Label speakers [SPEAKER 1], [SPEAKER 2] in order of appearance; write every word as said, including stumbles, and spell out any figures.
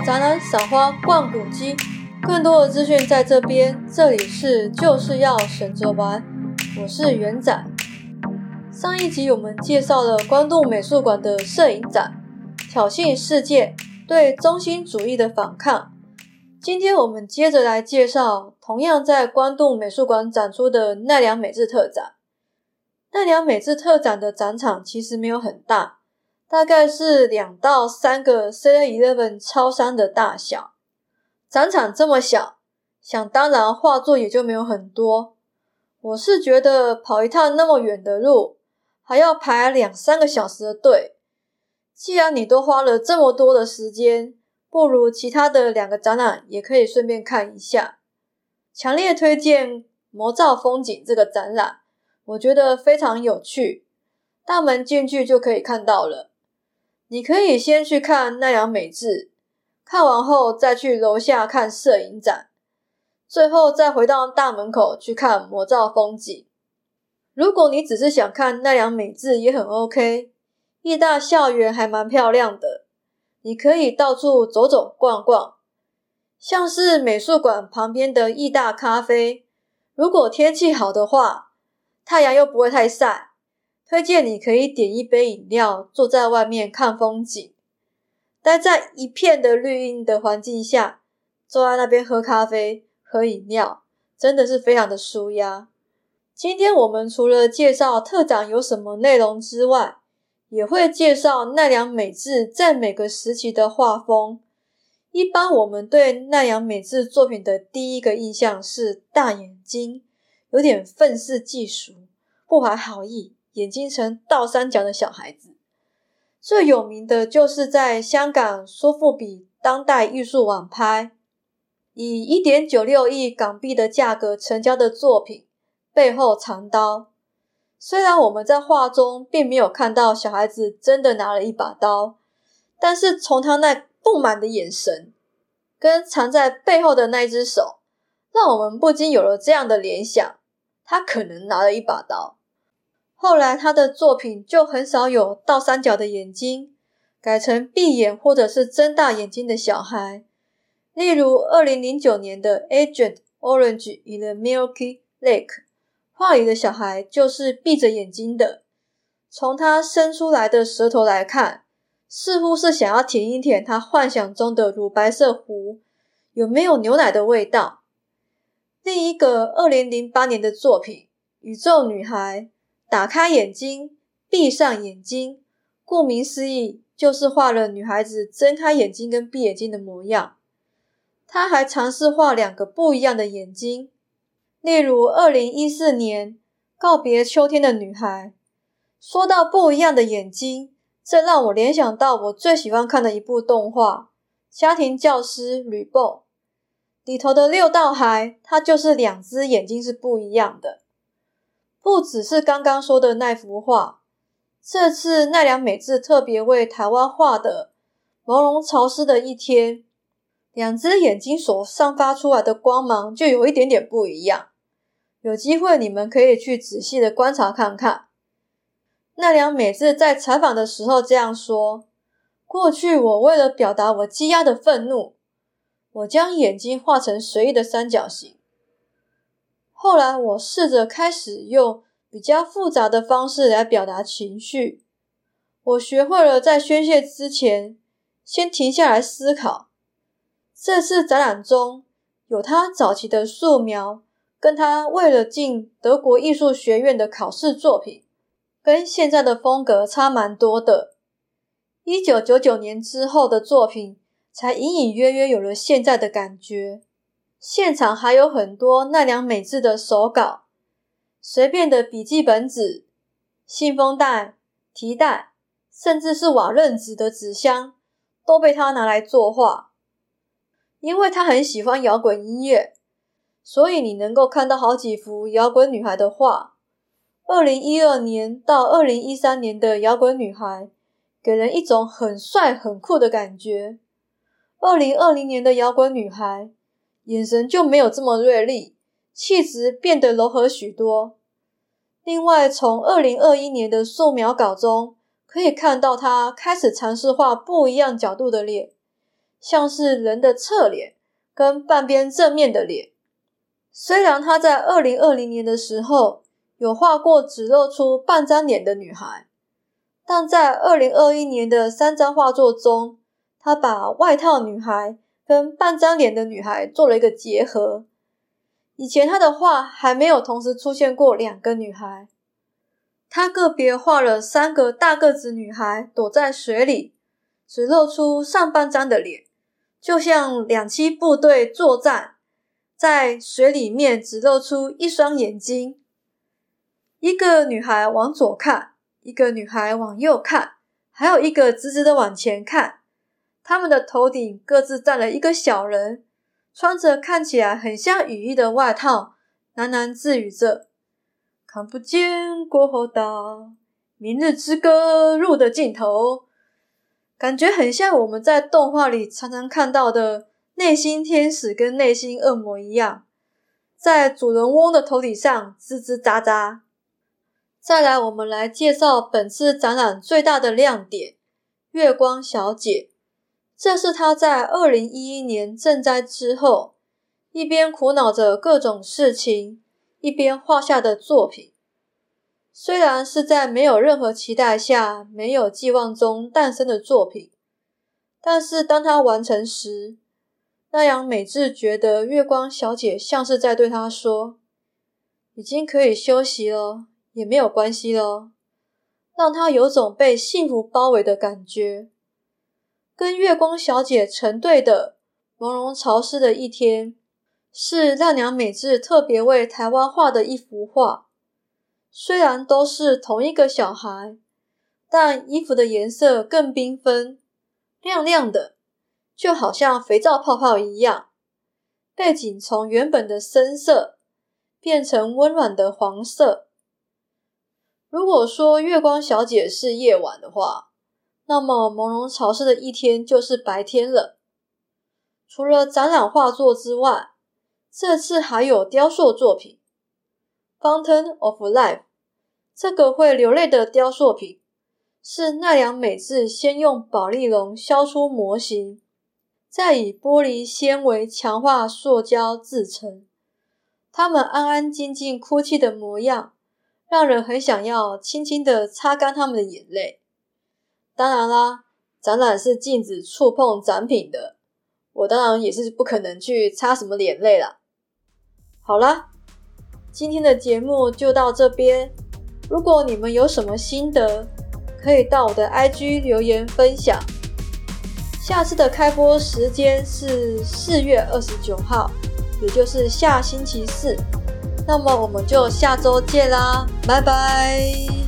[SPEAKER 1] 展览赏花逛古迹，更多的资讯在这边。这里是就是要省着玩，我是元仔。上一集我们介绍了关渡美术馆的摄影展《挑衅世界：对中心主义的反抗》。今天我们接着来介绍同样在关渡美术馆展出的奈良美智特展。奈良美智特展的展场其实没有很大，大概是两到三个 seven eleven 超商的大小。展场这么小，想当然画作也就没有很多。我是觉得跑一趟那么远的路，还要排两三个小时的队，既然你都花了这么多的时间，不如其他的两个展览也可以顺便看一下。强烈推荐魔造风景这个展览，我觉得非常有趣，大门进去就可以看到了。你可以先去看奈良美智，看完后再去楼下看摄影展，最后再回到大门口去看魔造风景。如果你只是想看奈良美智也很 OK， 艺大校园还蛮漂亮的，你可以到处走走逛逛。像是美术馆旁边的艺大咖啡，如果天气好的话，太阳又不会太晒，推荐你可以点一杯饮料，坐在外面看风景。待在一片的绿荫的环境下，坐在那边喝咖啡、喝饮料，真的是非常的舒压。今天我们除了介绍特展有什么内容之外，也会介绍奈良美智在每个时期的画风。一般我们对奈良美智作品的第一个印象是大眼睛，有点愤世嫉俗，不怀好意，眼睛呈倒三角的小孩子。最有名的就是在香港苏富比当代艺术网拍，以 一点九六亿港币的价格成交的作品《背后藏刀》。虽然我们在画中并没有看到小孩子真的拿了一把刀，但是从他那不满的眼神跟藏在背后的那一只手，让我们不禁有了这样的联想，他可能拿了一把刀。后来他的作品就很少有倒三角的眼睛，改成闭眼或者是睁大眼睛的小孩。例如二零零九年的 Agent Orange in the Milky Lake， 画里的小孩就是闭着眼睛的，从他伸出来的舌头来看，似乎是想要舔一舔他幻想中的乳白色湖有没有牛奶的味道。另一个二零零八年的作品宇宙女孩，打开眼睛，闭上眼睛，顾名思义就是画了女孩子睁开眼睛跟闭眼睛的模样。他还尝试画两个不一样的眼睛，例如二零一四年告别秋天的女孩。说到不一样的眼睛，这让我联想到我最喜欢看的一部动画《家庭教师吕布》，里头的六道孩，他就是两只眼睛是不一样的。不只是刚刚说的那幅画，这次奈良美智特别为台湾画的朦胧潮湿的一天，两只眼睛所散发出来的光芒就有一点点不一样，有机会你们可以去仔细的观察看看。奈良美智在采访的时候这样说，过去我为了表达我积压的愤怒，我将眼睛画成随意的三角形。后来我试着开始用比较复杂的方式来表达情绪，我学会了在宣泄之前先停下来思考。这次展览中有他早期的素描，跟他为了进德国艺术学院的考试作品，跟现在的风格差蛮多的。一九九九年之后的作品才隐隐约约有了现在的感觉。现场还有很多奈良美智的手稿，随便的笔记本纸、信封袋、提袋，甚至是瓦楞纸的纸箱，都被他拿来作画。因为他很喜欢摇滚音乐，所以你能够看到好几幅摇滚女孩的画。二零一二年到二零一三年的摇滚女孩，给人一种很帅很酷的感觉。二零二零年的摇滚女孩，眼神就没有这么锐利，气质变得柔和许多。另外，从二零二一年的素描稿中，可以看到她开始尝试画不一样角度的脸， 像是人的侧脸跟半边正面的脸。虽然他在二零二零年的时候有画过只露出半张脸的女孩，但在二零二一年的三张画作中，他把外套女孩跟半张脸的女孩做了一个结合。以前他的画还没有同时出现过两个女孩。他个别画了三个大个子女孩躲在水里，只露出上半张的脸，就像两栖部队作战，在水里面只露出一双眼睛。一个女孩往左看，一个女孩往右看，还有一个直直的往前看。他们的头顶各自站了一个小人，穿着看起来很像雨衣的外套，喃喃自语着，看不见过后岛，明日之歌路的尽头。感觉很像我们在动画里常常看到的内心天使跟内心恶魔一样，在主人翁的头顶上吱吱喳喳。再来，我们来介绍本次展览最大的亮点——月光小姐。这是她在二零一一年赈灾之后，一边苦恼着各种事情，一边画下的作品。虽然是在没有任何期待下，没有寄望中诞生的作品，但是当它完成时，那样美智觉得月光小姐像是在对她说，已经可以休息了，也没有关系了，让她有种被幸福包围的感觉。跟月光小姐成对的朦胧潮湿的一天，是亮娘美智特别为台湾画的一幅画。虽然都是同一个小孩，但衣服的颜色更缤纷，亮亮的，就好像肥皂泡泡一样。背景从原本的深色变成温暖的黄色。如果说月光小姐是夜晚的话，那么朦胧潮湿的一天就是白天了。除了展览画作之外，这次还有雕塑作品 Fountain of Life。 这个会流泪的雕塑品是奈良美智先用保丽龙削出模型，再以玻璃纤维强化塑胶制成。他们安安静静哭泣的模样，让人很想要轻轻地擦干他们的眼泪。当然啦，展览是禁止触碰展品的，我当然也是不可能去擦什么眼泪啦。好啦，今天的节目就到这边。如果你们有什么心得，可以到我的 I G 留言分享。下次的开播时间是四月二十九号，也就是下星期四。那么我们就下周见啦，拜拜。